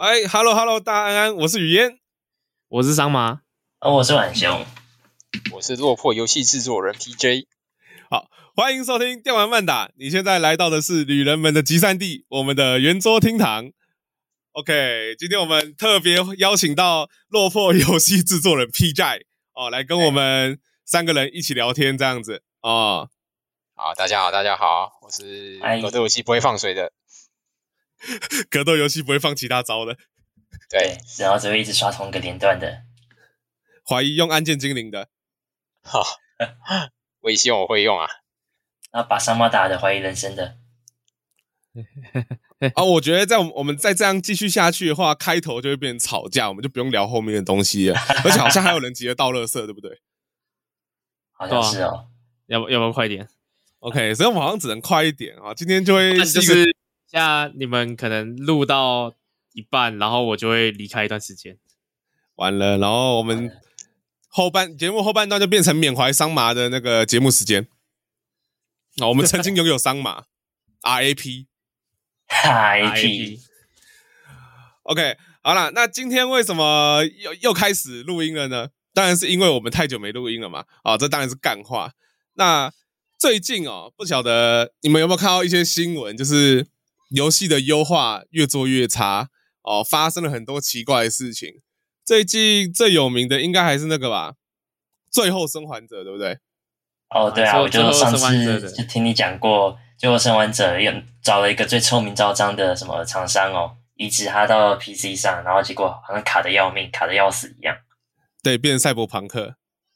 哎，Hello，大家安安，我是雨嫣， 我是桑麻， 我是晚雄， 我是落魄游戏制作人 PJ。 好，欢迎收听电玩漫打。你现在来到的是旅人们的集散地，我们的圆桌厅堂。OK， 今天我们特别邀请到落魄游戏制作人 PJ 哦，来跟我们三个人一起聊天这样子哦。 好，大家好，我是格斗游戏不会放水的。 格斗游戏不会放其他招的， 对，然后只会一直刷同一个连段的， 怀疑用按键精灵的， 好，我也希望我会用啊。 然后把桑马打的怀疑人生的。 我觉得我们再这样继续下去的话，开头就会变成吵架，我们就不用聊后面的东西了。而且好像还有人急着倒垃圾，对不对？ 好像是哦。 要不要快点 ？OK， 所以我们好像只能快一点啊。今天就会就是像你们可能录到一半，然后我就会离开一段时间。 完了，然后我们节目后半段就变成缅怀桑麻的那个节目时间。我们曾经拥有桑麻RAP。OK， 好啦，那今天为什么又开始录音了呢？当然是因为我们太久没录音了嘛。这当然是干话。那最近不晓得你们有没有看到一些新闻，就是游戏的优化越做越差发生了很多奇怪的事情。最近最有名的应该还是那个吧，最后生还者，对不对？ 对啊，我就上次就听你讲过，最后生还者又找了一个最臭名昭彰的什么厂商移植它到 PC 上，然后结果好像卡得要命，卡得要死一样。 对，变成赛博朋克。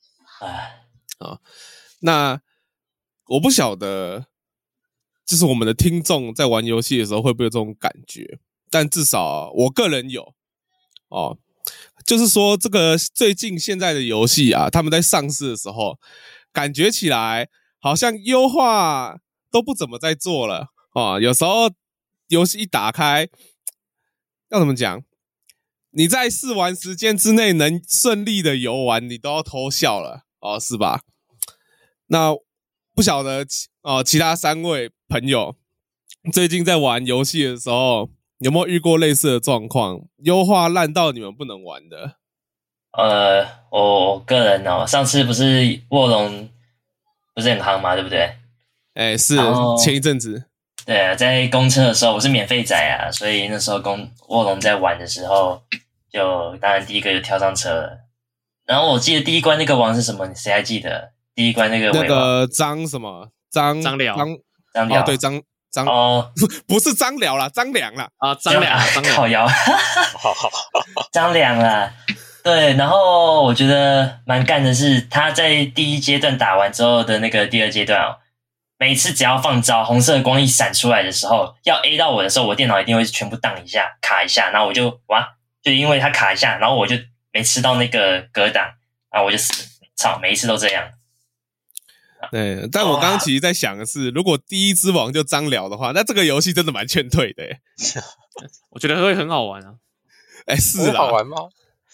那我不晓得，就是我们的听众在玩游戏的时候会不会有这种感觉，但至少我个人有就是说这个最近现在的游戏啊，他们在上市的时候，感觉起来好像优化都不怎么在做了有时候游戏一打开，要怎么讲？你在试玩时间之内能顺利的游玩，你都要偷笑了是吧？那不晓得其他三位朋友最近在玩游戏的时候有没有遇过类似的状况？优化烂到你们不能玩的？ 我个人上次不是卧龙不是很夯嘛，对不对？ 是前一阵子。 对啊，在公车的时候我是免费仔啊，所以那时候卧龙在玩的时候，就当然第一个就跳上车了。然后我记得第一关那个王是什么？谁还记得？第一关那个张什么？张辽对张不是张辽啦，张良啦张良靠腰张良啦。对，然后我觉得蛮干的是他在第一阶段打完之后的那个第二阶段每次只要放招，红色的光一闪出来的时候，要 A 到我的时候，我电脑一定会全部荡一下，卡一下，然后我就因为他卡一下，然后我就没吃到那个格挡，然后我就死，操，每一次都这样。 对，但我刚刚其实在想的是，如果第一只王就张辽的话，那这个游戏真的蛮劝退的我觉得会很好玩啊。 是啦， 好玩吗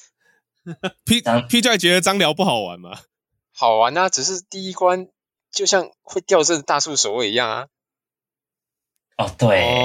？PJ 觉得张辽不好玩吗？ 好玩啊，只是第一关就像会掉帧的大树守卫一样啊。 对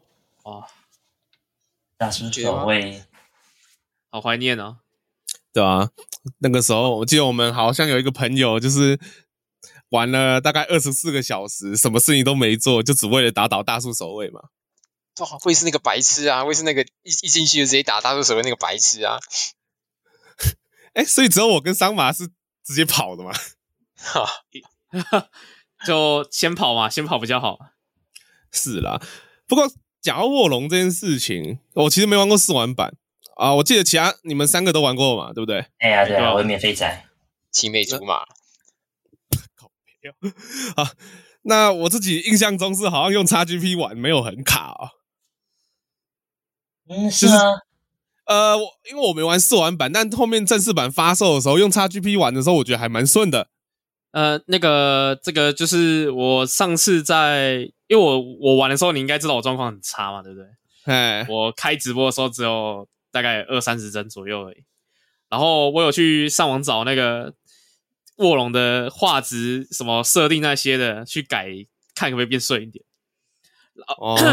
大树守卫好怀念哦。 对啊，那个时候我记得我们好像有一个朋友，就是玩了大概24个小时，什么事情都没做，就只为了打倒大树守卫嘛。 会是那个白痴啊，会是那个一进去就直接打大树守卫那个白痴啊。 所以只有我跟桑麻是直接跑的嘛？ 就先跑嘛，先跑比较好。 是啦，不过讲到卧龙这件事情，我其实没玩过试玩版我记得你们三个都玩过嘛，对不对？ 对啊，我是免费仔， 青梅竹马。 那我自己印象中是好像用 XGP 玩没有很卡是吗？ 因為我没玩试玩版，但后面正式版发售的时候，用 XGP 玩的时候，我觉得还蛮顺的。 这个就是我上次因为我玩的时候，你应该知道我状况很差嘛，对不对？我开直播的时候只有大概20-30帧左右而已。然后我有去上网找那个卧龙的画质什么设定那些的，去改看可不可以变顺一点。然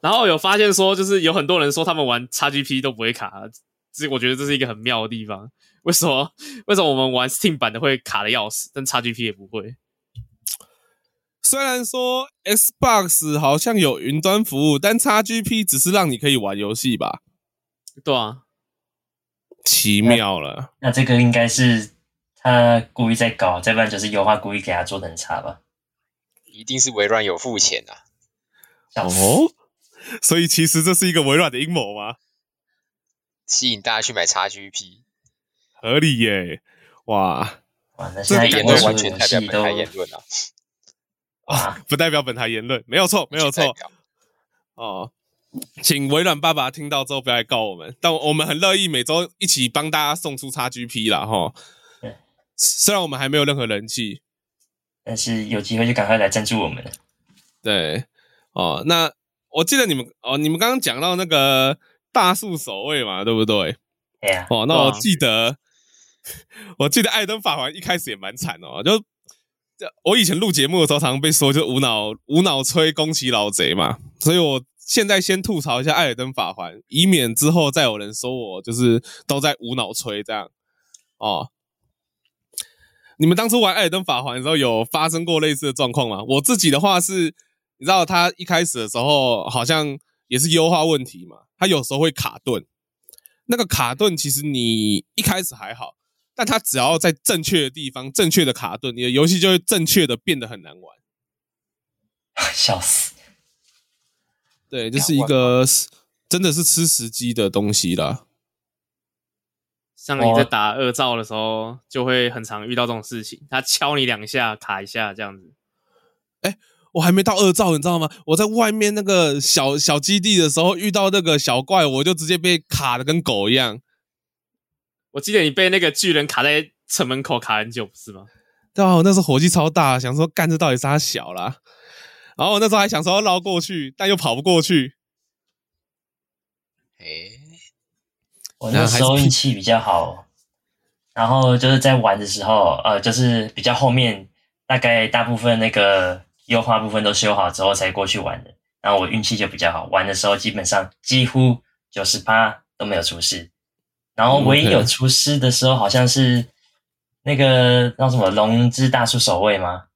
然后有发现说，就是有很多人说他们玩 XGP 都不会卡，我觉得这是一个很妙的地方。为什么我们玩 Steam 版的会卡的要死，但 XGP 也不会？ 虽然说 Xbox 好像有云端服务，但 XGP 只是让你可以玩游戏吧？ 对啊， 奇妙了。 那这个应该是他故意在搞，再不然就是优化故意给他做的很差吧？ 一定是微软有付钱啊！ 哦，所以其实这是一个微软的阴谋吗？ 吸引大家去买 XGP， 合理耶！哇， 那现在言论完全代表本台言论啊！ 不代表本台言论，没有错，没有错。哦，请微软爸爸听到之后不要来告我们，但我们很乐意每周一起帮大家送出 XGP 啦齁。虽然我们还没有任何人气， 但是有机会就赶快来赞助我们了。 对，哦，那我记得你们刚刚讲到那个大树守卫嘛，对不对？ 对呀。 哦，那我记得艾登法环一开始也蛮惨哦，就我以前录节目的时候，常常被说就无脑吹宫崎老贼嘛，所以我现在先吐槽一下艾尔登法环，以免之后再有人说我就是都在无脑吹这样哦。你们当初玩艾尔登法环的时候有发生过类似的状况吗？我自己的话是，你知道他一开始的时候好像也是优化问题嘛，他有时候会卡顿。那个卡顿其实你一开始还好，但他只要在正确的地方正确的卡顿，你的游戏就会正确的变得很难玩。 笑死。 对，就是一个真的是吃时机的东西啦。 像你在打2兆的时候，就会很常遇到这种事情，他敲你2下卡一下这样子。 我还没到2兆，你知道吗？我在外面那个小基地的时候遇到那个小怪，我就直接被卡的跟狗一样。 我记得你被那个巨人卡在城门口卡很久，不是吗？ 对啊，我那时候火气超大，想说干这到底是他小啦。然后我那时候还想说要绕过去，但又跑不过去。 我那时候运气比较好，然后就是在玩的时候，就是比较后面，大概大部分那个优化部分都修好之后才过去玩的。然后我运气就比较好，玩的时候基本上几乎90%都没有出事。然后唯一有出事的时候，好像是那个叫什么龙之大树守卫吗？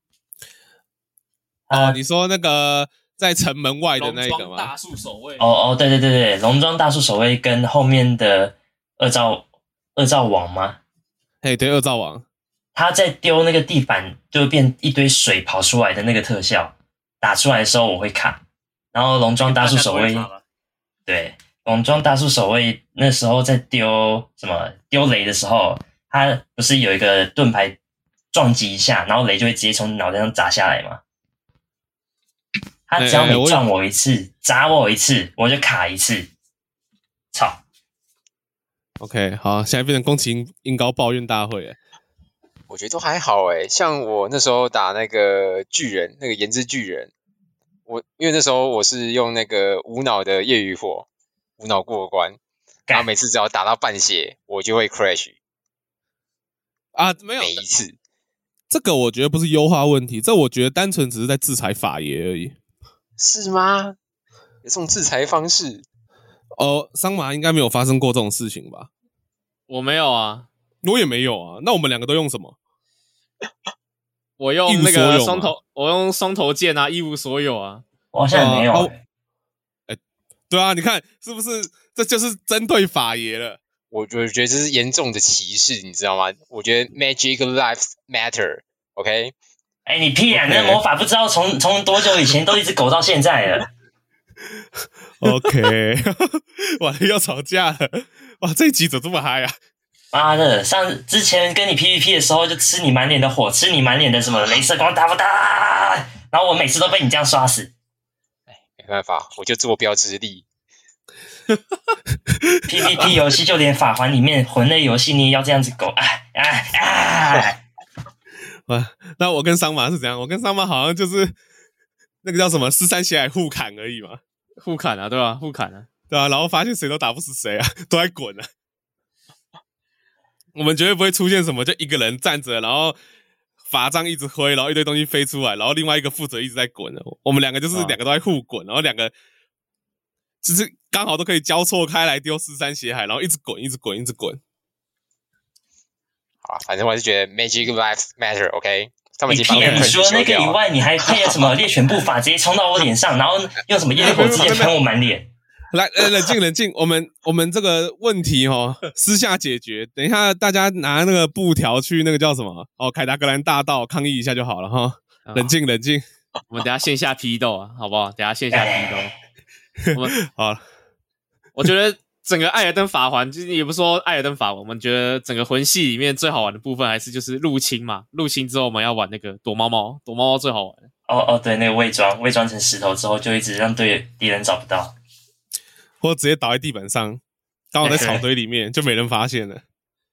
你说那个在城门外的那个吗？ 龙庄大树守卫。 对，龙庄大树守卫跟后面的二兆王吗？ 对，二兆王。 他在丢那个地板就变一堆水跑出来的那个特效，打出来的时候我会卡。然后龙庄大树守卫，对，龙庄大树守卫那时候在丢雷的时候，他不是有一个盾牌撞击一下，然后雷就会直接从脑袋上砸下来吗？他只要每撞我一次，砸我一次，我就卡一次。操 ！OK， 好，现在变成宫崎英高抱怨大会了。 我觉得都还好像我那时候打那个巨人，那个炎之巨人，因为那时候我是用那个无脑的业余火，无脑过关，然后每次只要打到半血，我就会 crash。 没有， 每一次。 这个我觉得不是优化问题，这我觉得单纯只是在制裁法爷而已。 是吗？有这种制裁方式？ 桑麻应该没有发生过这种事情吧？ 我没有啊， 我也没有啊。那我们两个都用什么？ 我用那个双头，我用双头剑啊，一无所有啊。 我好像没有。 对啊，你看是不是？这就是针对法爷了。 我觉得这是严重的歧视，你知道吗？我觉得 Magic Lives Matter，OK？ 你屁啊！ 那魔法不知道从多久以前都一直苟到现在了。 OK， 哇，要吵架了！哇，这一集怎么这么嗨啊？ 妈的，之前跟你 PVP 的时候，就吃你满脸的火，吃你满脸的什么雷射光打不打？然后我每次都被你这样刷死。 没办法，我就坐标之力。 PVP 游戏就连法环里面魂类游戏你也要这样子苟哇，那我跟桑麻是怎样？我跟桑麻好像就是那个叫什么狮山血海互砍而已嘛， 互砍啊，对吧？互砍啊， 对啊，然后发现谁都打不死谁啊，都在滚啊。我们绝对不会出现什么就一个人站着，然后法杖一直挥，然后一堆东西飞出来，然后另外一个负责一直在滚。我们两个就是两个都在互滚，然后两个就是刚好都可以交错开来丢13血海，然后一直滚。 好，反正我还是觉得 Magic Lives Matter，OK？他们已经把你除了那个以外，你还配了什么猎犬步法，直接冲到我脸上，然后用什么烟火直接喷我满脸。 来，冷静，我们这个问题私下解决。等一下，大家拿那个布条去那个叫什么凯达格兰大道抗议一下就好了哈。冷静。 我们等一下线下批斗啊，好不好？等一下线下批斗。 好， 我觉得整个艾尔登法环，就是也不说艾尔登法环，我们觉得整个魂系里面最好玩的部分还是就是入侵嘛。入侵之后我们要玩那个躲猫猫最好玩。 对，那个伪装成石头之后，就一直让敌人找不到。 或者直接倒在地板上，刚好在草堆里面，就没人发现了。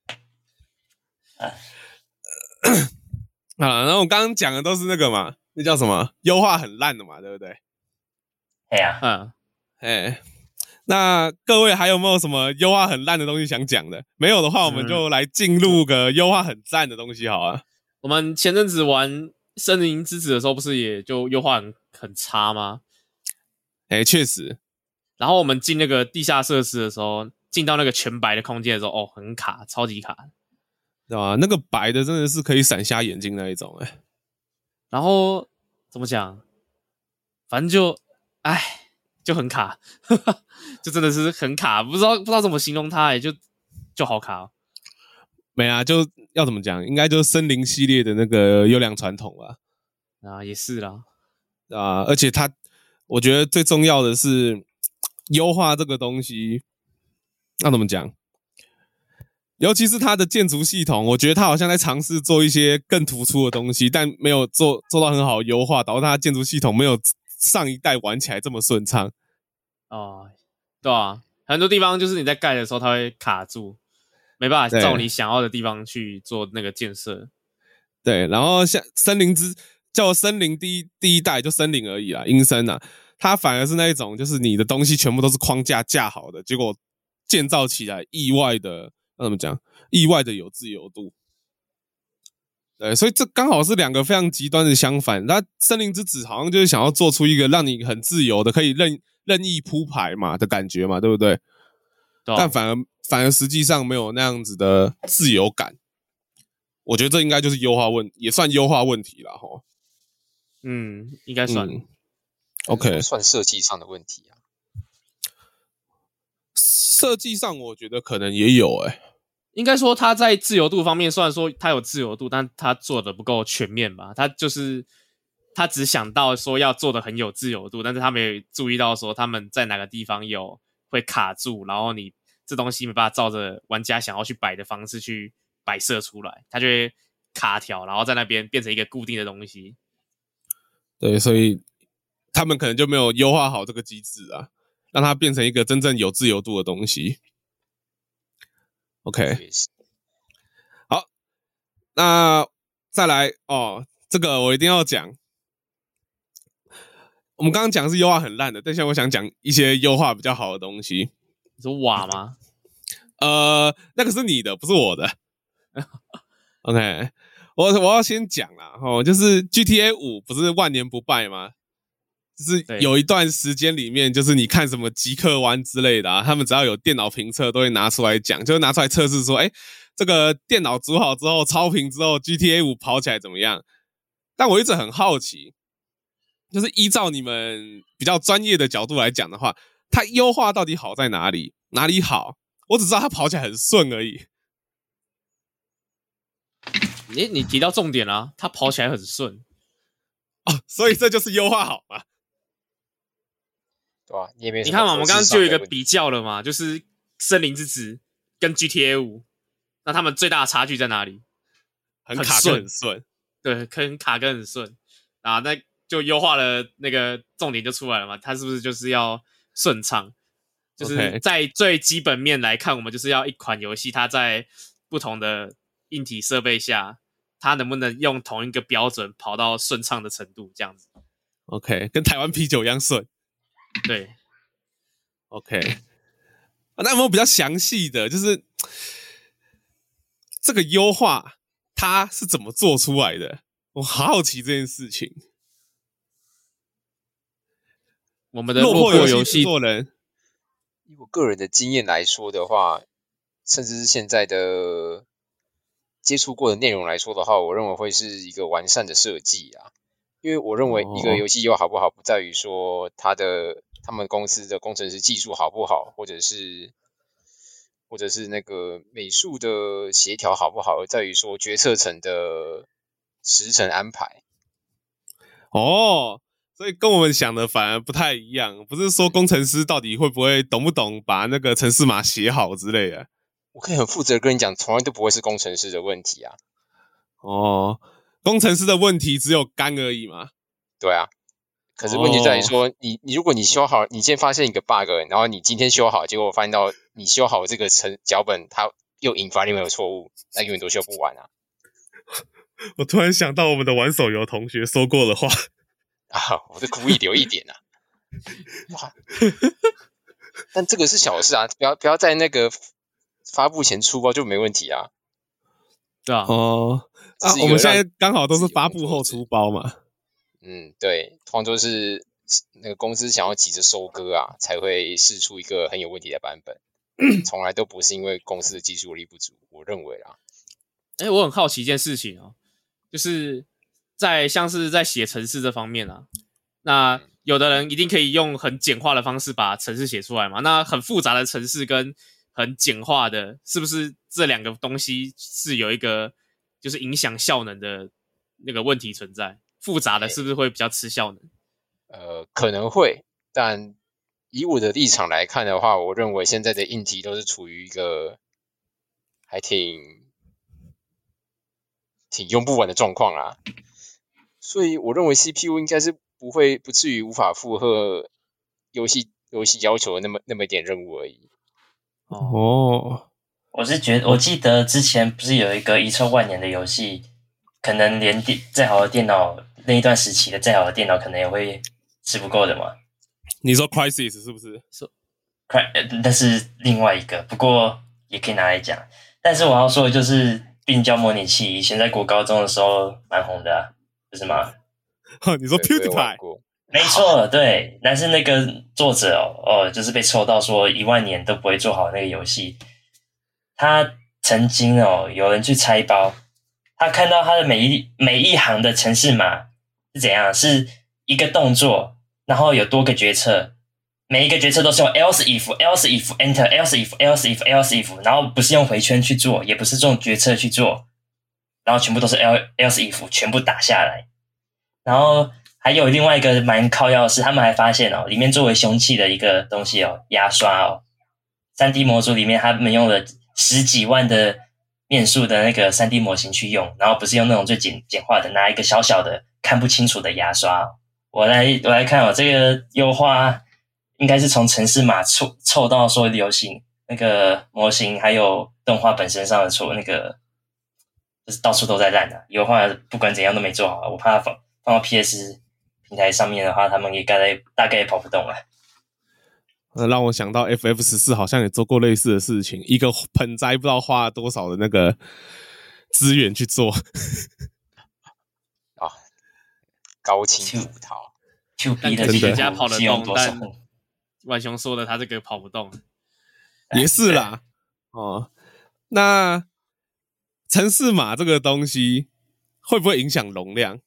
然后我刚刚讲的都是那个嘛，那叫什么？优化很烂的嘛，对不对？ 对啊， 那各位还有没有什么优化很烂的东西想讲的？没有的话，我们就来进入个优化很赞的东西好了。 我们前阵子玩森林之子的时候，不是也就优化很差吗？ 确实。 然后我们进那个地下设施的时候，进到那个全白的空间的时候，很卡，超级卡， 对吧？那个白的真的是可以闪瞎眼睛那一种然后怎么讲？反正就很卡，就真的是很卡，不知道怎么形容它就好卡没啊，就要怎么讲？应该就是森林系列的那个优良传统吧。 也是啦。 而且我觉得最重要的是。优化这个东西，那怎么讲？尤其是它的建筑系统，我觉得它好像在尝试做一些更突出的东西，但没有做到很好的优化，导致它的建筑系统没有上一代玩起来这么顺畅。 对啊，很多地方就是你在盖的时候它会卡住，没办法照你想要的地方去做那个建设。 对，然后像森林第一代就森林而已啦，阴森啊。它反而是那一种，就是你的东西全部都是框架架好的，结果建造起来意外的有自由度。对，所以这刚好是两个非常极端的相反。那森林之子好像就是想要做出一个让你很自由的，可以任意铺排嘛的感觉嘛，对不对？但反而实际上没有那样子的自由感。我觉得这应该就是也算优化问题啦齁。 应该算。 OK， 算设计上的问题啊。 设计上我觉得可能也有应该说他在自由度方面，虽然说他有自由度，但他做的不够全面吧。他只想到说要做的很有自由度，但是他没有注意到说他们在哪个地方会卡住，然后你这东西没办法照着玩家想要去摆的方式去摆设出来，他就会卡条，然后在那边变成一个固定的东西。 对，所以他们可能就没有优化好这个机制啊，让它变成一个真正有自由度的东西。OK， 好，那再来这个我一定要讲。我们刚刚讲是优化很烂的，但现在我想讲一些优化比较好的东西。 你说瓦吗？ 那个是你的，不是我的。OK， 我要先讲啦，就是 GTA 5不是万年不败吗？就是有一段时间里面，就是你看什么极客湾之类的他们只要有电脑评测都会拿出来讲，就是拿出来测试说，这个电脑组好之后超频之后 GTA 5跑起来怎么样？但我一直很好奇，就是依照你们比较专业的角度来讲的话，它优化到底好在哪里？哪里好？我只知道它跑起来很顺而已。 你提到重点啦，它跑起来很顺所以这就是优化好嘛？ 对吧？你看嘛，我们刚刚就有一个比较了嘛，就是森林之子跟 GTA 5，那他们最大的差距在哪里？ 很卡跟很顺， 对，很卡跟很顺啊，那就优化了那个重点就出来了嘛，它是不是就是要顺畅？就是在最基本面来看，我们就是要一款游戏，它在不同的硬体设备下，它能不能用同一个标准跑到顺畅的程度，这样子。 OK， 跟台湾啤酒一样顺。 对 ，OK， 那有没有比较详细的，就是这个优化它是怎么做出来的？我好奇这件事情。 我们的落魄游戏做人， 以我个人的经验来说的话，甚至是现在的接触过的内容来说的话，我认为会是一个完善的设计啊。因为我认为一个游戏又好不好，不在于说他们公司的工程师技术好不好，或者是那个美术的协调好不好，而在于说决策层的时程安排。 哦，所以跟我们想的反而不太一样，不是说工程师到底会不会懂不懂把那个程式码写好之类的。 我可以很负责跟你讲，从来都不会是工程师的问题啊。 哦，工程师的问题只有肝而已嘛。 对啊，可是问题在于说，你如果你修好，你今天发现一个 bug， 然后你今天修好，结果发现到你修好这个脚本，它又引发另外一个错误，那永远都修不完啊。 我突然想到我们的玩手游同学说过的话啊，我是故意留一点啊。哇，但这个是小事啊，不要在那个发布前出包就没问题啊。 对啊， 我们现在刚好都是发布后出包嘛。 对，通常都是那个公司想要急着收割啊，才会释出一个很有问题的版本，从来都不是因为公司的技术力不足，我认为啦。 我很好奇一件事情哦，就是像是在写程式这方面啊，那有的人一定可以用很简化的方式把程式写出来嘛，那很复杂的程式跟很简化的，是不是这两个东西是有一个就是影响效能的那个问题存在？复杂的是不是会比较吃效能？ 可能会，但以我的立场来看的话，我认为现在的硬体都是处于一个还挺用不完的状况啊，所以我认为 CPU 应该是不至于无法负荷游戏要求的那么一点任务而已。 哦， 我记得之前不是有一个遗臭万年的游戏，可能连再好的电脑那一段时期的再好的电脑可能也会吃不够的嘛。 你说 Crysis 是不是？ 那是另外一个，不过也可以拿来讲。但是我要说的就是病娇模拟器，以前在国高中的时候蛮红的啊，不是吗？ 你说 PewDiePie？ 没错，对，但是那个作者就是被臭到说10000年都不会做好那个游戏。他曾经有人去拆包，他看到他的每一行的程式码是怎样，是一个动作，然后有多个决策，每一个决策都是用 else if enter else if， 然后不是用回圈去做，也不是用决策去做，然后全部都是 else if 全部打下来。然后还有另外一个蛮靠腰的是，他们还发现里面作为凶器的一个东西牙刷3D 模组里面他们用了10几万的面数的那个 3D 模型去用，然后不是用那种最简化的，拿一个小小的看不清楚的牙刷。我来看这个优化应该是从程式码凑到说游戏那个模型还有动画本身上的错，那个就是到处都在烂优化不管怎样都没做好，我怕放到 PS 平台上面的话，他们也大概也跑不动了。 让我想到 FF14 好像也做过类似的事情，一个盆栽不知道花了多少的那个资源去做。 高清葡萄 ，2B 的人家跑得动，但万雄说的他这个跑不动， 也是啦。那程式码这个东西会不会影响容量？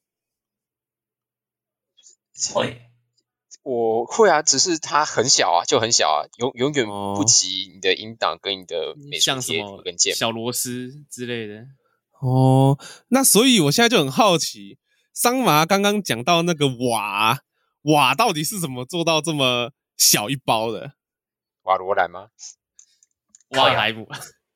会。 我会啊，只是它很小啊，就很小啊，永远不及你的音档跟你的美术贴图跟键盘小螺丝之类的。 那所以我现在就很好奇，桑麻刚刚讲到那个瓦到底是怎么做到这么小一包的？ 瓦罗兰吗？ 瓦海姆。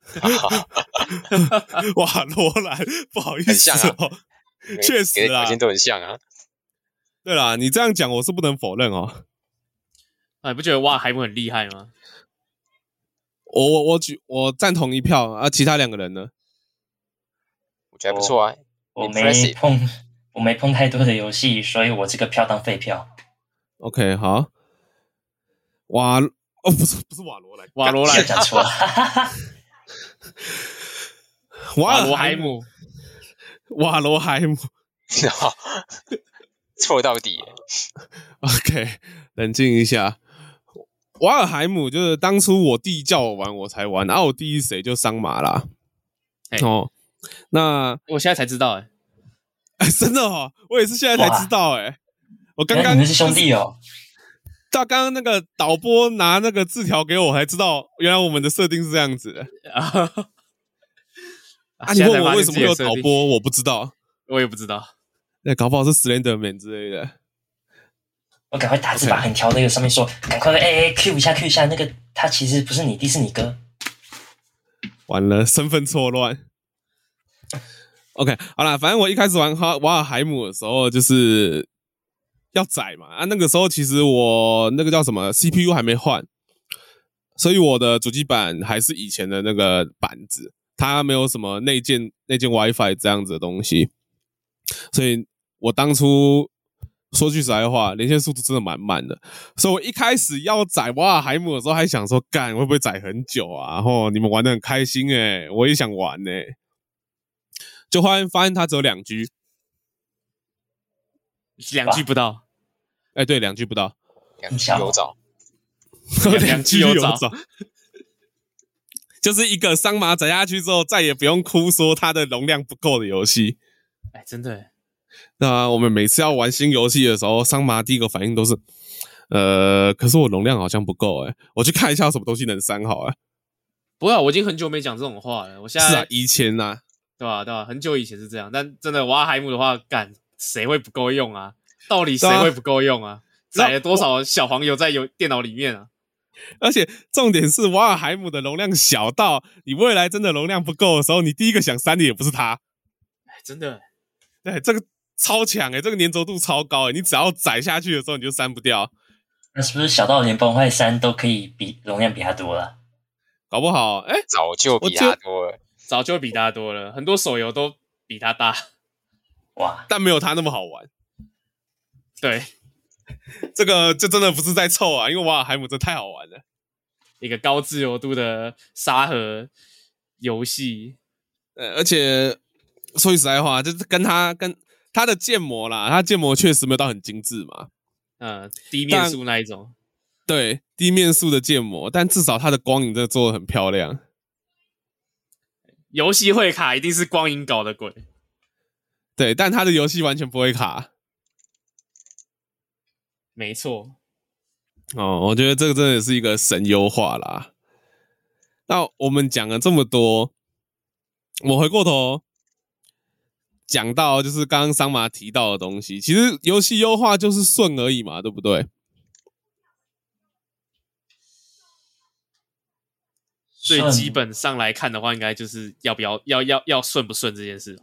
瓦罗兰，不好意思， 很像啊， 确实啦， 条件都很像啊。 对啦，你这样讲我是不能否认你不觉得瓦海姆很厉害吗？ 我赞同一票啊，其他2个人呢？ 我觉得还不错啊。 我没碰太多的游戏，所以我这个票当废票。 OK， 好。不是瓦罗兰， 瓦罗兰讲错了。 瓦罗海姆， 瓦罗海姆， 错到底。 OK， 冷静一下。 瓦尔海姆就是当初我弟叫我玩我才玩，我弟是谁就桑麻啦。哦，那我现在才知道真的哦，我也是现在才知道我刚刚你们是兄弟哦。 到刚刚那个导播拿那个字条给我，才知道原来我们的设定是这样子的你问我为什么会有导播，我不知道， 我也不知道， 搞不好是 Slenderman 之类的。 我赶快打字把横条那个上面说，赶快Q 一下，那个他其实不是你弟，是你哥。 完了，身份错乱。OK， 好啦，反正我一开始玩瓦尔海姆的时候，就是要载嘛那个时候其实我那个叫什么 CPU 还没换，所以我的主机板还是以前的那个板子，它没有什么内建 WiFi 这样子的东西，所以我当初说句实在话，连线速度真的蛮慢的，所以我一开始要载瓦尔海姆的时候，还想说干会不会载很久啊？然后你们玩得很开心我也想玩就发现它只有2G， 2G 不到。 对，2G 不到 ，2G 有找 ，2G 有找，就是一个桑麻载下去之后，再也不用哭说它的容量不够的游戏。 真的。 那我们每次要玩新游戏的时候，桑麻第一个反应都是，可是我容量好像不够我去看一下有什么东西能删好不会我已经很久没讲这种话了。我现在是以前对吧？很久以前是这样，但真的瓦尔海姆的话，干谁会不够用啊？到底谁会不够用啊？载了多少小黄油在电脑里面啊？ 而且重点是瓦尔海姆的容量小到你未来真的容量不够的时候，你第一个想删的也不是它。 真的。 对，这个超强这个粘着度超高你只要载下去的时候你就删不掉。 那是不是小到连崩坏3都可以容量比它多了？ 搞不好早就比它多了， 早就比它多了，很多手游都比它大。 哇！ 但没有它那么好玩。 对， 这个就真的不是在凑因为瓦尔海姆真的太好玩了， 一个高自由度的沙盒游戏。 而且说句实在话，就是跟它的建模啦，它建模确实没有到很精致嘛。 低面数那一种。 对，低面数的建模，但至少它的光影真的做得很漂亮。 游戏会卡一定是光影搞的鬼。 对，但它的游戏完全不会卡。 没错。 我觉得这个真的是一个神优化啦。那我们讲了这么多，我们回过头讲到就是刚刚桑麻提到的东西，其实游戏优化就是顺而已嘛，对不对？ 最基本上来看的话，应该就是要不要顺不顺这件事。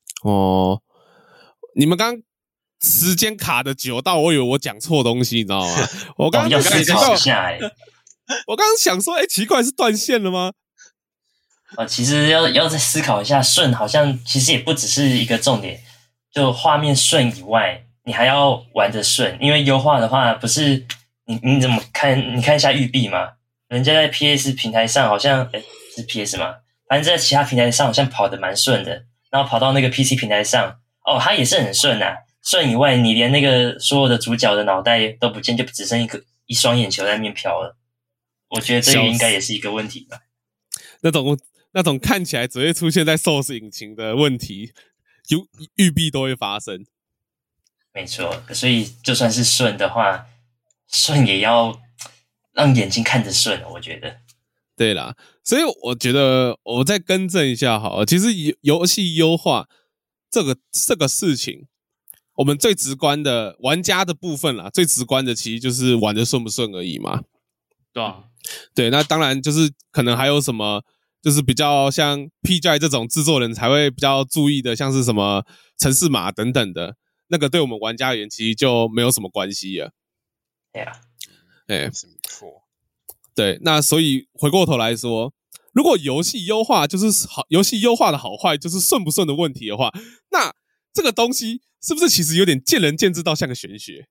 你们刚时间卡的久到我以为我讲错东西，你知道吗？我刚刚思考一下我刚刚想说奇怪是断线了吗？ 其实要再思考一下，顺好像其实也不只是一个重点，就画面顺以外，你还要玩得顺，因为优化的话不是你怎么看？你看一下育碧嘛，人家在 PS 平台上好像是 PS 嘛，反正在其他平台上好像跑得蛮顺的，然后跑到那个 PC 平台上，它也是很顺顺以外，你连那个所有的主角的脑袋都不见，就只剩一双眼球在那边飘了。我觉得这个应该也是一个问题吧。 那种看起来只会出现在 Source 引擎的问题，育碧都会发生。 没错，所以就算是顺的话，顺也要让眼睛看着顺，我觉得。 对啦，所以我觉得我再更正一下好了，其实游戏优化这个事情，我们最直观的玩家的部分啦，最直观的其实就是玩得顺不顺而已嘛。 对啊。 对，那当然就是可能还有什么，就是比较像 PGI 这种制作人才会比较注意的，像是什么程式码等等的，那个对我们玩家而言其实就没有什么关系了。 对啊， 是没错。 对，那所以回过头来说，如果游戏优化就是游戏优化的好坏就是顺不顺的问题的话，那这个东西是不是其实有点见仁见智到像个玄学？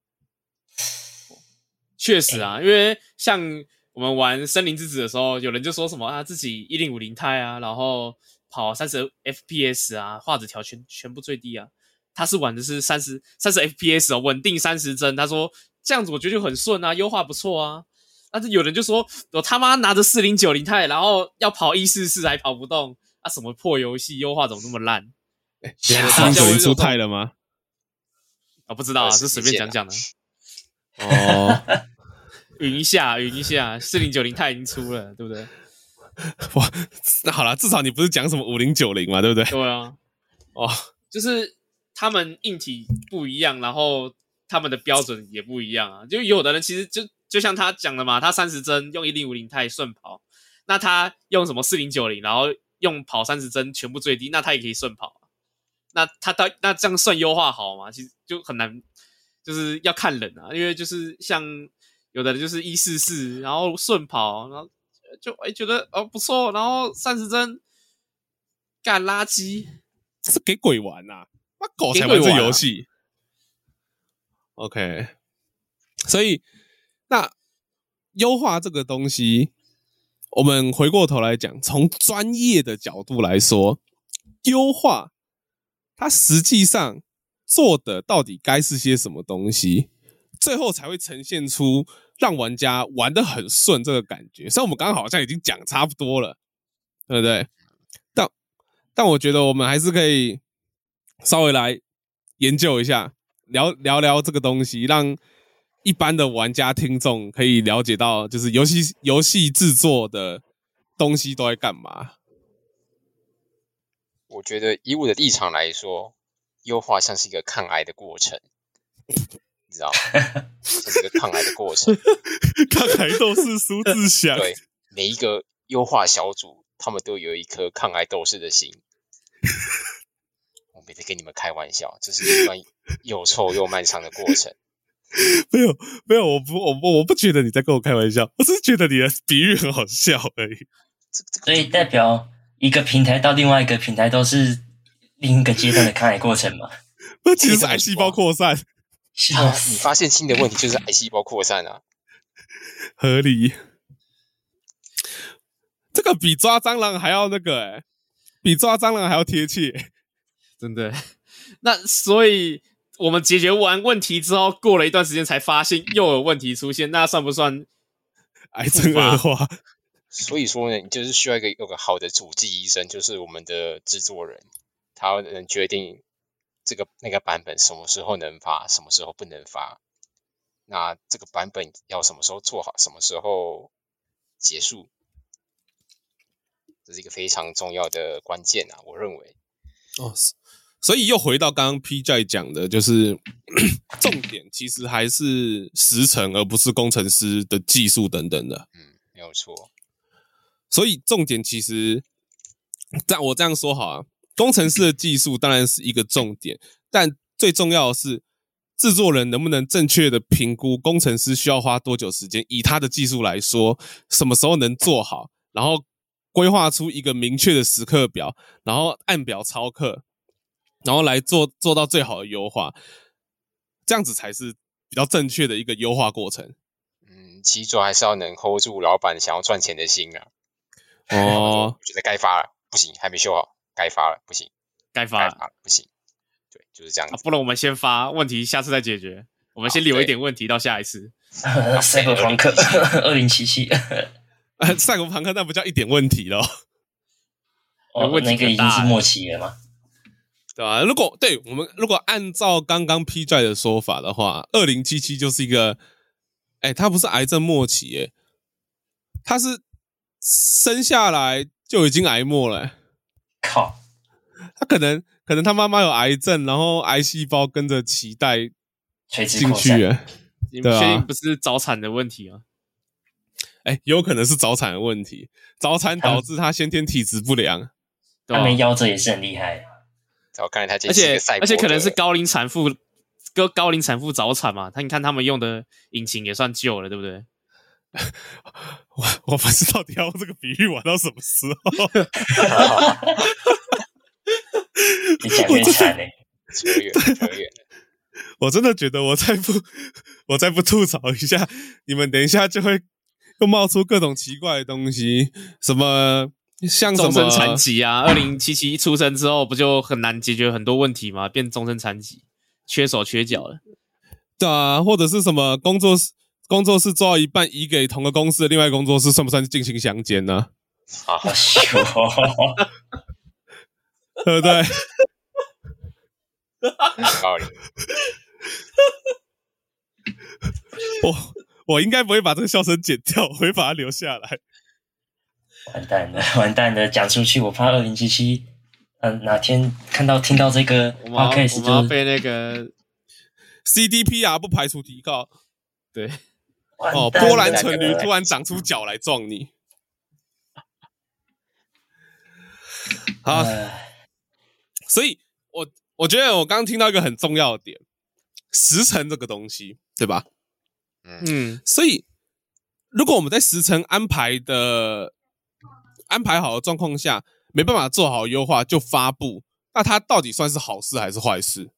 确实啊，因为像我们玩森林之子的时候，有人就说什么自己1050钛然后跑30 FPS 画质调全部最低他是玩的是30 FPS 稳定30帧，他说这样子我觉得就很顺优化不错但是有人就说我他妈拿着4090钛，然后要跑144还跑不动啊！什么破游戏优化怎么那么烂 ？4090出钛了吗？ 啊，不知道啊，是随便讲讲的。 哦， 云一下，4090钛已经出了，对不对？ 哇，那好啦，至少你不是讲什么5090嘛，对不对？ 对啊， 哦， 就是他们硬体不一样，然后他们的标准也不一样啊。就有的人其实就像他讲的嘛，他30帧用1050钛顺跑，那他用什么4090，然后用跑30帧全部最低，那他也可以顺跑。那这样算优化好吗？其实就很难，就是要看人啊。因为就是像有的人就是144，然后顺跑，然后就觉得不错，然后30帧干垃圾， 这是给鬼玩呐！妈狗才玩这游戏。OK， 所以那优化这个东西，我们回过头来讲，从专业的角度来说，优化它实际上做的到底该是些什么东西，最后才会呈现出让玩家玩得很顺这个感觉。所以我们刚刚好像已经讲差不多了，对不对？但我觉得我们还是可以稍微来研究一下，聊聊这个东西，让一般的玩家听众可以了解到，就是游戏制作的东西都在干嘛。 我觉得以我的立场来说，优化像是一个抗癌的过程，你知道吗？像是一个抗癌的过程。 抗癌斗士苏志祥， 对，每一个优化小组，他们都有一颗抗癌斗士的心。我没在跟你们开玩笑，这是一段又臭又漫长的过程。 没有，我不觉得你在跟我开玩笑，我只是觉得你的比喻很好笑而已。 所以代表一个平台到另外一个平台都是另一个阶段的抗癌过程嘛？ 那其实是癌细胞扩散。 你发现新的问题就是癌细胞扩散啊， 合理。这个比抓蟑螂还要那个比抓蟑螂还要贴切， 真的。那所以我们解决完问题之后，过了一段时间才发现又有问题出现，那算不算癌症恶化？ 所以说呢，你就是需要有个好的主计医生，就是我们的制作人，他能决定那个版本什么时候能发，什么时候不能发。那这个版本要什么时候做好，什么时候结束，这是一个非常重要的关键啊，我认为。 哦，所以又回到刚刚 PJ 讲的，就是重点其实还是时程，而不是工程师的技术等等的。 没有错。 所以重点其实，我这样说好啊，工程师的技术当然是一个重点，但最重要的是制作人能不能正确的评估工程师需要花多久时间，以他的技术来说，什么时候能做好，然后规划出一个明确的时刻表，然后按表操课，然后来做到最好的优化，这样子才是比较正确的一个优化过程。 其实还是要能 hold 住老板想要赚钱的心啊。 哦， 我觉得该发了，不行，还没修好，该发了，不行， 该发了， 不行。对，就是这样子。 不然我们先发，问题下次再解决。我们先留一点问题到下一次。 赛博朋克2077， 赛博朋克那不叫一点问题咯。 哦，那个已经是末期了吗？ 对吧？我们如果按照刚刚 PJ 的说法的话，2077就是一个，它不是癌症末期，它是生下来就已经癌末了。 靠！ 他可能他妈妈有癌症，然后癌细胞跟着脐带进去了。 你们确定不是早产的问题吗？ 有可能是早产的问题，早产导致他先天体质不良。 他们夭折也是很厉害。 我看他而且可能是高龄产妇早产嘛，你看他们用的引擎也算旧了，对不对？ 我不知道到底要用这个比喻玩到什么时候。 你讲越惨扯远了。 我真的觉得我再不吐槽一下，你们等一下就会又冒出各种奇怪的东西，什么像什么终身残疾啊，2077出生之后不就很难解决很多问题吗？变终身残疾，缺手缺脚了。 对啊，或者是什么工作工作室做到一半移给同个公司的另外一个工作室，算不算是近亲相奸呢？ 好羞， 对不对？ 道理。 我应该不会把这个笑声剪掉，我会把它留下来。 完蛋了，讲出去我怕2077，哪天听到这个 podcast 我们要被那个 CDPR 不排除提告。 对， 波兰蠢驴突然长出脚来撞你。好，所以我觉得我刚刚听到一个很重要的点，时程这个东西，对吧？所以如果我们在时程安排好的状况下，没办法做好优化就发布，那它到底算是好事还是坏事？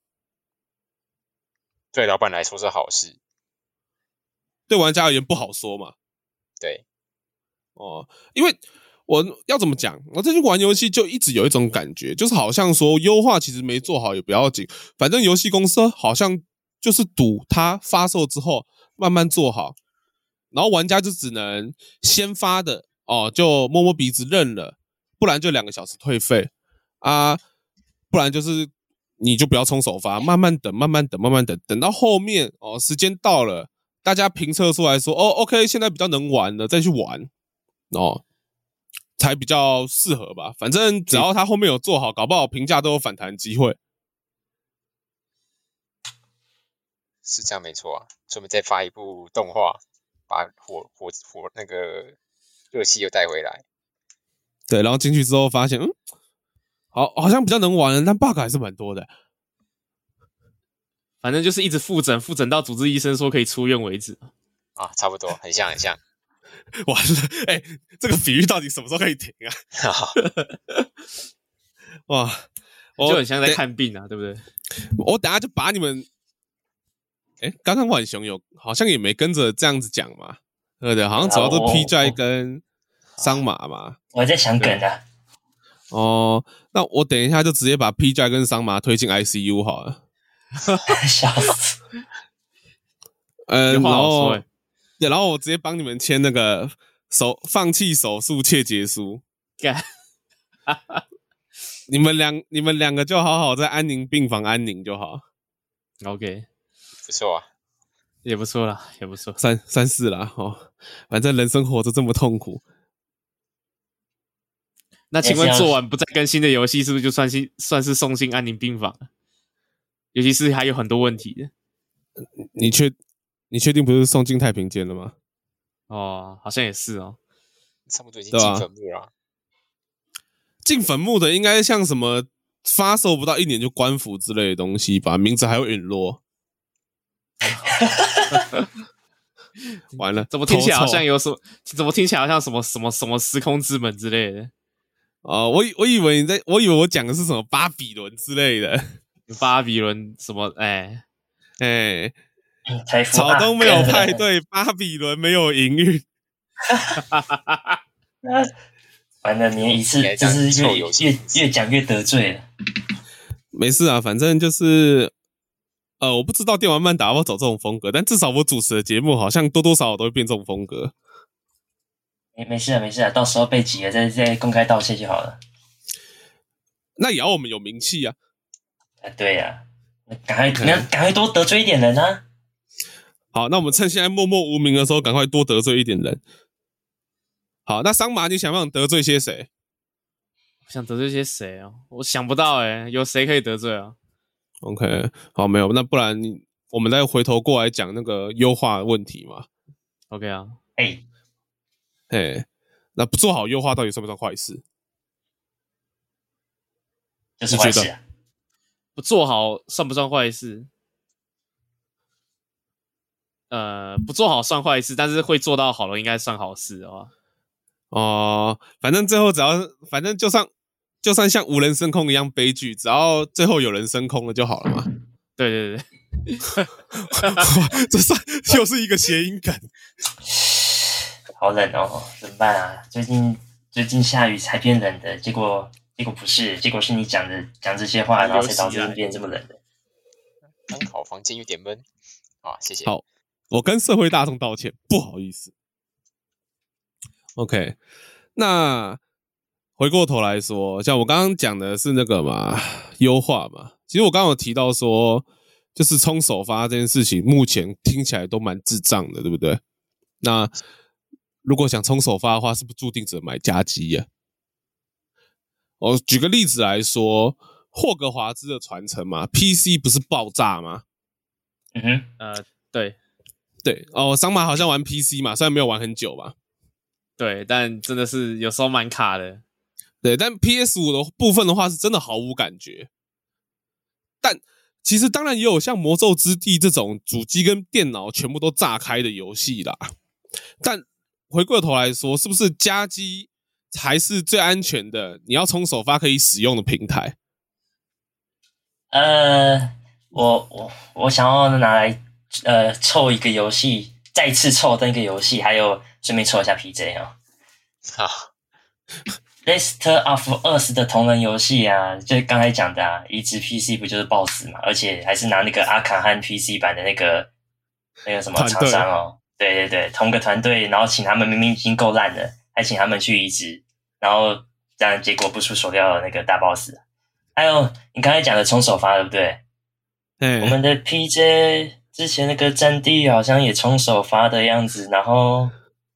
对老板来说是好事， 对玩家而言不好说嘛。 对， 因为我要怎么讲？我最近玩游戏就一直有一种感觉，就是好像说优化其实没做好也不要紧，反正游戏公司好像就是赌它发售之后慢慢做好，然后玩家就只能先发的就摸摸鼻子认了，不然就2个小时退费啊，不然就是你就不要冲首发，慢慢等，等到后面时间到了，大家评测出来说OK 现在比较能玩了，再去玩才比较适合吧。反正只要他后面有做好，搞不好评价都有反弹机会。 是这样没错啊。顺便再发一部动画，把火那个热气又带回来。 对，然后进去之后发现，好像比较能玩了，但 bug 还是蛮多的。 反正就是一直复诊到主治医生说可以出院为止。 啊，差不多，很像。 完了，这个比喻到底什么时候可以停啊？哇， 就很像在看病啊，对不对？ 我等下就把你们，刚刚浣熊好像也没跟着这样子讲嘛，对不对？好像主要都 PJ 跟桑马嘛。 我在想梗啊。 那我等一下就直接把 PJ 跟桑马推进 ICU 好了。 笑死。 然后我直接帮你们签那个放弃手术切结书。你们两个就好好在安宁病房安宁就好。 OK， 不错啊， 也不错啦，也不错。 算是啦反正人生活着这么痛苦。 那请问做完不再更新的游戏，是不是就算是送进安宁病房了？尤其是还有很多问题的。 你确定不是送进太平间了吗？ 好像也是哦。 差不多已经进坟墓了。 进坟墓的应该像什么发售不到1年就关服之类的东西吧，名字还会陨落。完了， 怎么听起来好像怎么听起来好像什么时空之门之类的？ 我以为我讲的是什么巴比伦之类的。 巴比伦什么？ 草东没有派对，巴比伦没有营运。 反正你一次就是越讲越得罪了。 没事啊，反正就是我不知道电玩漫打要不要走这种风格，但至少我主持的节目好像多多少少都会变这种风格。 没事啊，到时候被挤了再公开道歉就好了。 那也要我们有名气啊。 对啊，赶快多得罪一点人啊。 好，那我们趁现在默默无名的时候，赶快多得罪一点人。好，那桑麻，你想不想得罪些谁？ 想得罪些谁哦？我想不到有谁可以得罪啊 ？OK， 好，没有，那不然我们再回头过来讲那个优化问题嘛。 OK 啊， 那不做好优化到底算不算坏事？ 就是坏事啊。 不做好算不算坏事？不做好算坏事，但是会做到好了应该算好事反正最后反正就算像无人升空一样悲剧，只要最后有人升空了就好了嘛。 对， 这算又是一个谐音梗。 好冷哦，怎么办啊？最近下雨才变冷的，结果不是，结果是你讲这些话，然后才导致变这么冷的。 刚好房间有点闷啊，谢谢。 好， 我跟社会大众道歉，不好意思。OK， 那回过头来说，像我刚刚讲的是那个嘛，优化嘛。其实我刚刚有提到说，就是冲首发这件事情，目前听起来都蛮智障的，对不对？那如果想冲首发的话，是不是注定只能买家机呀？举个例子来说，霍格华兹的传承嘛 ，PC 不是爆炸吗？ 对对桑马好像玩 PC 嘛，虽然没有玩很久吧。 对，但真的是有时候蛮卡的。 对，但 PS5 的部分的话，是真的毫无感觉。但其实当然也有像魔兽之地这种主机跟电脑全部都炸开的游戏啦。但回过头来说，是不是家机才是最安全的？你要冲首发可以使用的平台？ 我想要拿来凑一个游戏，再次凑那个游戏，还有顺便凑一下 PJ 啊。 好。 Last of Us 的同人游戏啊，就刚才讲的啊，移植 PC 不就是爆死嘛？而且还是拿那个阿卡汉 PC 版的那个什么厂商哦，对，同个团队，然后请他们明明已经够烂了，还请他们去移植，然后这样结果不出所料的那个大 boss。还有你刚才讲的冲首发对不对？我们的 PJ 之前那个战地好像也冲首发的样子，然后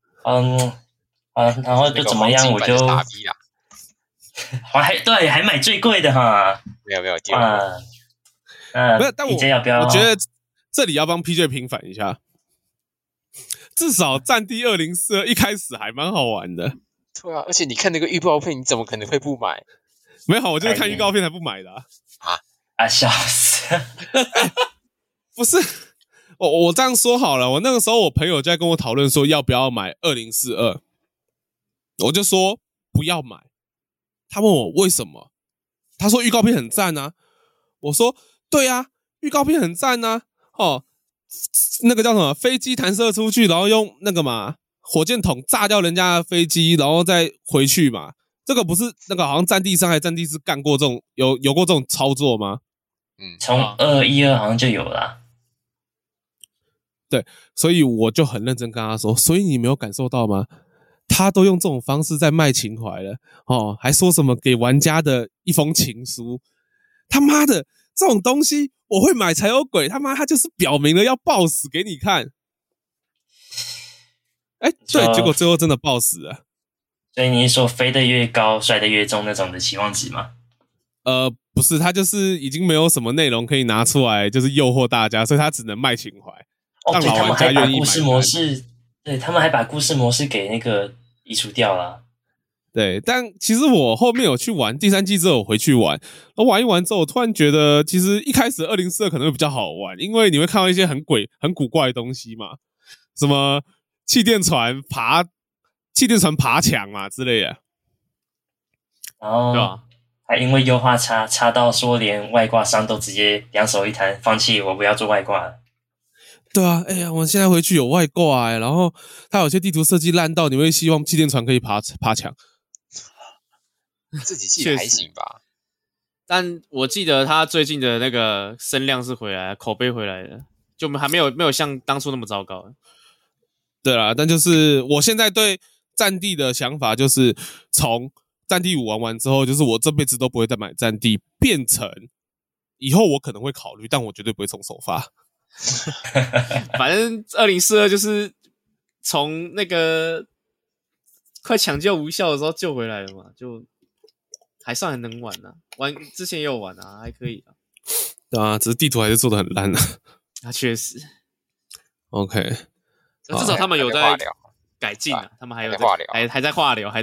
然后就怎么样，我就打 B 啦。 还买最贵的哈。 没有不是，但 PJ 要不要？ 我觉得这里要帮 PJ 平反一下，至少战地2042一开始还蛮好玩的。 对啊，而且你看那个预告片，你怎么可能会不买？ 没有，我就是看预告片才不买的笑死！ 不是，我这样说好了，我那个时候我朋友就在跟我讨论说要不要买2042，我就说不要买。他问我为什么，他说预告片很赞啊。我说对啊，预告片很赞啊。那个叫什么飞机弹射出去，然后用那个嘛火箭筒炸掉人家的飞机，然后再回去嘛。这个不是那个好像战地3还战地4干过这种有过这种操作吗？ 从212好像就有了。 对，所以我就很认真跟他说，所以你没有感受到吗？他都用这种方式在卖情怀了还说什么给玩家的一封情书，他妈的这种东西我会买才有鬼，他妈他就是表明了要爆死给你看。对，结果最后真的爆死了。 所以你是说飞得越高摔得越重那种的期望值吗？ 不是，他就是已经没有什么内容可以拿出来就是诱惑大家，所以他只能卖情怀，让老玩家愿意买。 对，他们还把故事模式给那个移除掉了。 对，但其实我后面有去玩第3季之后，我回去玩，玩一玩之后，我突然觉得其实一开始2042可能会比较好玩，因为你会看到一些很古怪的东西嘛，什么气垫船爬墙嘛之类的。 然后， 对吧？ 还因为优化差到说连外挂商都直接两手一摊，放弃我不要做外挂了。 对啊，我现在回去有外挂然后它有些地图设计烂到，你会希望气垫船可以爬墙。 自己记得还行吧， 但我记得他最近的那个声量是回来，口碑回来的，就还没有像当初那么糟糕。 对啦，但就是我现在对战地的想法就是从战地5玩完之后，就是我这辈子都不会再买战地，变成以后我可能会考虑，但我绝对不会从首发。 反正2042就是从那个快抢救无效的时候救回来了嘛，就还算很能玩啊，之前也有玩啊，还可以啊。 对啊，只是地图还是做得很烂啊。 确实。 OK， 至少他们有在改进啊，他们还有还在化疗，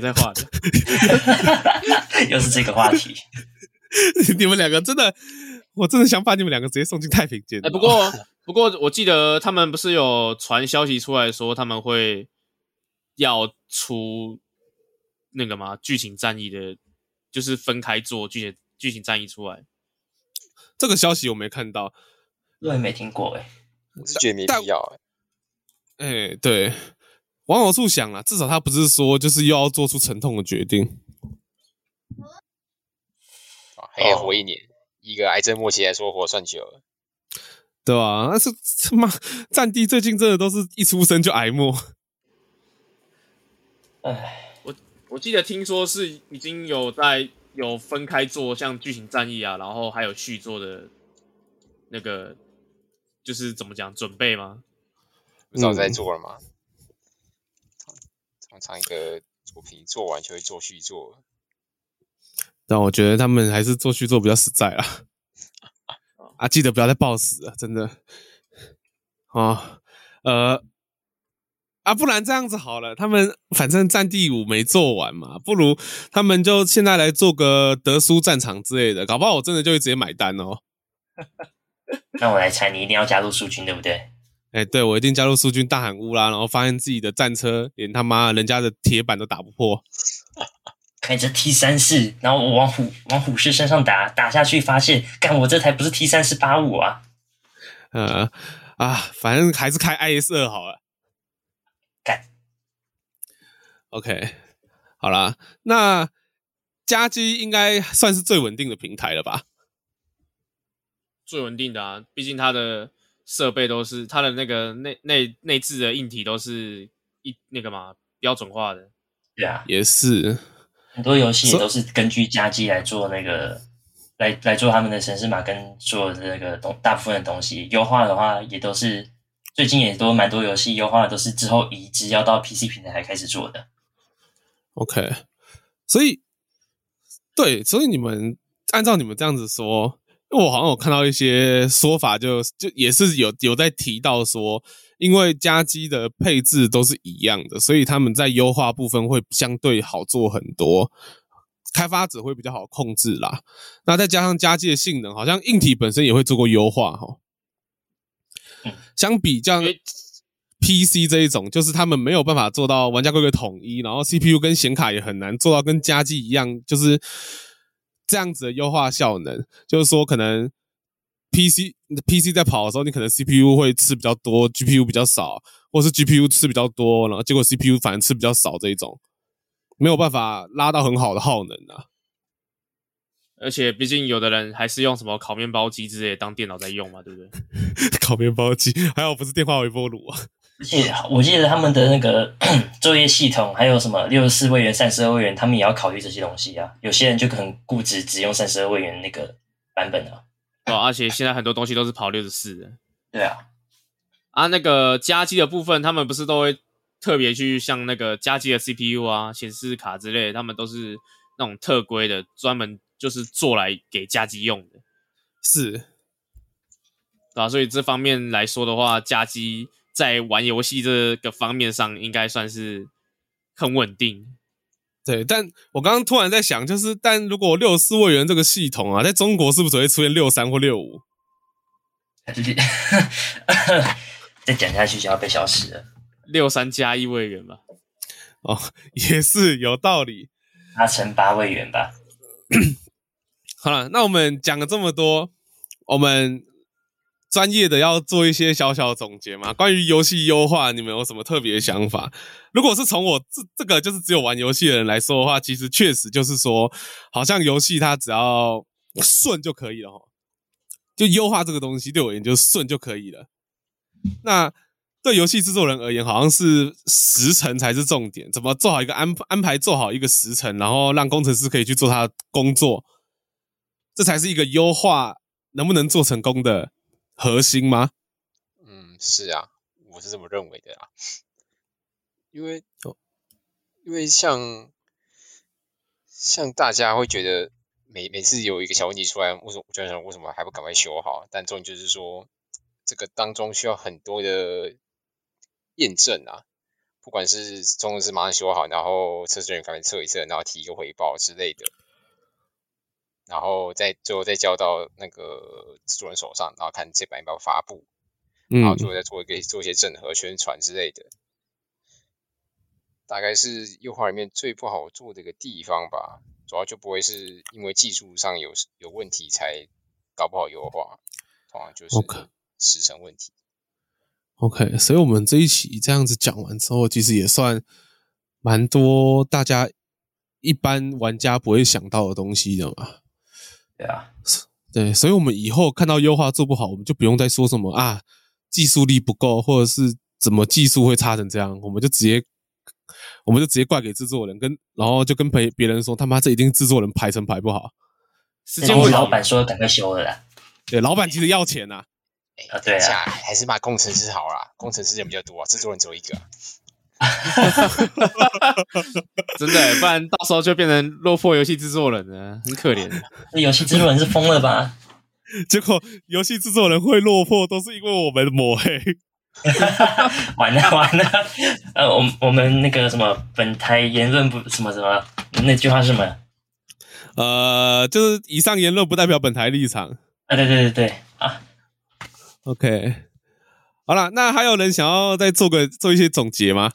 又是这个话题。 你们两个真的，我真的想把你们两个直接送进太平间。 不过我记得他们不是有传消息出来说他们会要出那个嘛剧情战役的，就是分开做剧情战役出来。 这个消息我没看到， 我也没听过我是觉得没必要对，往好处想啦，至少他不是说就是又要做出沉痛的决定。 还可以活1年，一个癌症末期来说活算久了。 对吧？但是妈战地最近真的都是一出生就挨默。 唉， 我记得听说是已经有分开做像剧情战役啊，然后还有续作的那个，就是怎么讲准备吗？ 不知道在做了吗？常常一个作品做完就会做续作。 但我觉得他们还是做续作比较实在啦。啊，记得不要再爆死了，真的。不然这样子好了，他们反正战地5没做完嘛，不如他们就现在来做个德苏战场之类的，搞不好我真的就会直接买单哦。 那我来猜，你一定要加入苏军，对不对？ 对，我一定加入苏军大喊乌拉，然后发现自己的战车连他妈人家的铁板都打不破。 开着 T34，然后我往虎视身上打下去，发现干我这台不是 T3485啊。 反正还是开 IS-2 好了。 干。 OK， 好啦，那家机应该算是最稳定的平台了吧？ 最稳定的啊，毕竟它的设备都是它的那个内置的硬体都是那个嘛标准化的。 对啊， 也是。 很多游戏也都是根据家机来做那个来做他们的程式码跟做的那个大部分的东西。优化的话也都是最近也都蛮多游戏优化的都是之后移植要到 PC 平台才开始做的。 OK， 所以你们按照你们这样子说，因为我好像有看到一些说法就也是有在提到说，因为家机的配置都是一样的，所以他们在优化部分会相对好做很多，开发者会比较好控制啦。那再加上家机的性能，好像硬体本身也会做过优化齁。相比较 PC 这一种，就是他们没有办法做到玩家规格统一，然后 CPU 跟显卡也很难做到跟家机一样，就是这样子的优化效能。就是说，可能 PC 在跑的时候，你可能 CPU 会吃比较多 ，GPU 比较少，或是 GPU 吃比较多，然后结果 CPU 反而吃比较少，这一种没有办法拉到很好的耗能啊。 而且毕竟有的人还是用什么烤面包机之类的当电脑在用嘛，对不对？ 烤面包机还好不是电话微波炉啊。 而且我记得他们的那个作业系统还有什么64位元、32位元，他们也要考虑这些东西啊。有些人就很固执，只用32位元那个版本啊。 对啊，而且现在很多东西都是跑64的。 对啊。 那个家机的部分，他们不是都会特别去像那个家机的 CPU 啊、显示卡之类的，他们都是那种特规的，专门就是做来给家机用的。 是。 对啊，所以这方面来说的话，家机在玩游戏这个方面上应该算是很稳定。 对，但我刚刚突然在想，就是但如果64位元这个系统啊，在中国是不是会出现63或65？ 再讲下去就要被消失了。 63+1位元吧。 也是有道理。 8乘8位元吧。 好了，那我们讲了这么多，我们专业的要做一些小小的总结嘛。关于游戏优化，你们有什么特别的想法？如果是从我这个就是只有玩游戏的人来说的话，其实确实就是说，好像游戏它只要顺就可以了齁。就优化这个东西对我而言就顺就可以了。那对游戏制作人而言，好像是时程才是重点，怎么做好一个安排做好一个时程，然后让工程师可以去做他的工作，这才是一个优化能不能做成功的核心吗？ 是啊，我是这么认为的啦。因为像大家会觉得每次有一个小问题出来，为什么还不赶快修好？但重点就是说，这个当中需要很多的验证啊，不管是工程师马上修好，然后测试人员赶快测一测，然后提一个回报之类的，然后最后再交到那个制作人手上，然后看这版要不要发布，然后最后再做一些整合宣传之类的，大概是优化里面最不好做的一个地方吧。主要就不会是因为技术上有问题才搞不好优化，通常就是时程问题。 OK， 所以我们这一期这样子讲完之后，其实也算蛮多大家一般玩家不会想到的东西的嘛。 对啊， 对，所以我们以后看到优化做不好，我们就不用再说什么啊技术力不够，或者是怎么技术会差成这样，我们就直接怪给制作人，然后就跟别人说他妈这一定制作人排程排不好， 时间问老板说赶快修了啦。 对，老板其实要钱啊。 对啊， 还是骂工程师好啦，工程师人比较多啊，制作人只有一个。 真的，不然到时候就变成落魄游戏制作人了，很可怜。 游戏制作人是疯了吧？ 结果游戏制作人会落魄，都是因为我们抹黑。 完了，我们那个什么本台言论不什么那句话是什么？ 就是以上言论不代表本台立场。 对啊。 OK， 好了，那还有人想要再做一些总结吗？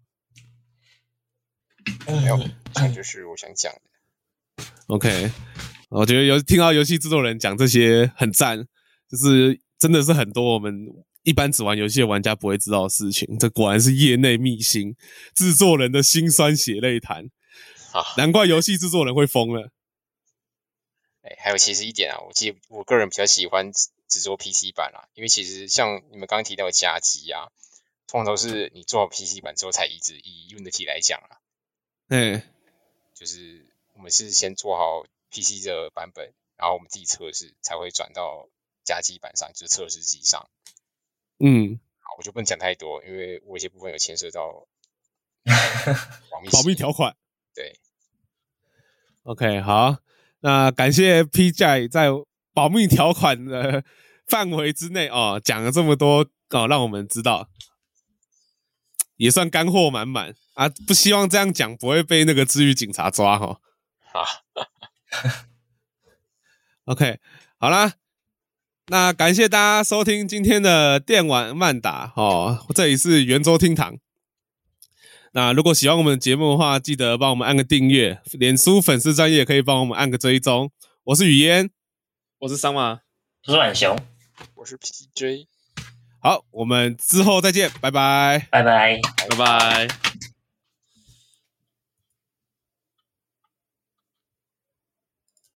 没有，这就是我想讲的。 OK， 我觉得听到游戏制作人讲这些很赞，就是真的是很多我们一般只玩游戏的玩家不会知道的事情，这果然是业内秘辛，制作人的辛酸血泪谈。难怪游戏制作人会疯了。 还有其实一点啊，我个人比较喜欢只做 PC 版啦，因为其实像你们刚刚提到的加机啊，通常都是你做好 PC 版之后才移植。以 Unity 来讲啊，就是我们是先做好 PC 的版本，然后我们自己测试，才会转到加机版上，就是测试机上。好，我就不能讲太多，因为我有些部分有牵涉到保密条款。 对 ，OK， 好，那感谢 PJ 在保密条款的范围之内讲了这么多让我们知道，也算干货满满啊！不希望这样讲不会被那个治愈警察抓哈。OK， 好啦，那感谢大家收听今天的电玩漫打这里是圆桌厅堂。那如果喜欢我们的节目的话，记得帮我们按个订阅，脸书粉丝专页可以帮我们按个追踪。我是雨嫣， 我是桑马， 我是阮雄， 我是 PJ。 好，我们之后再见，拜拜， 拜拜， 拜拜。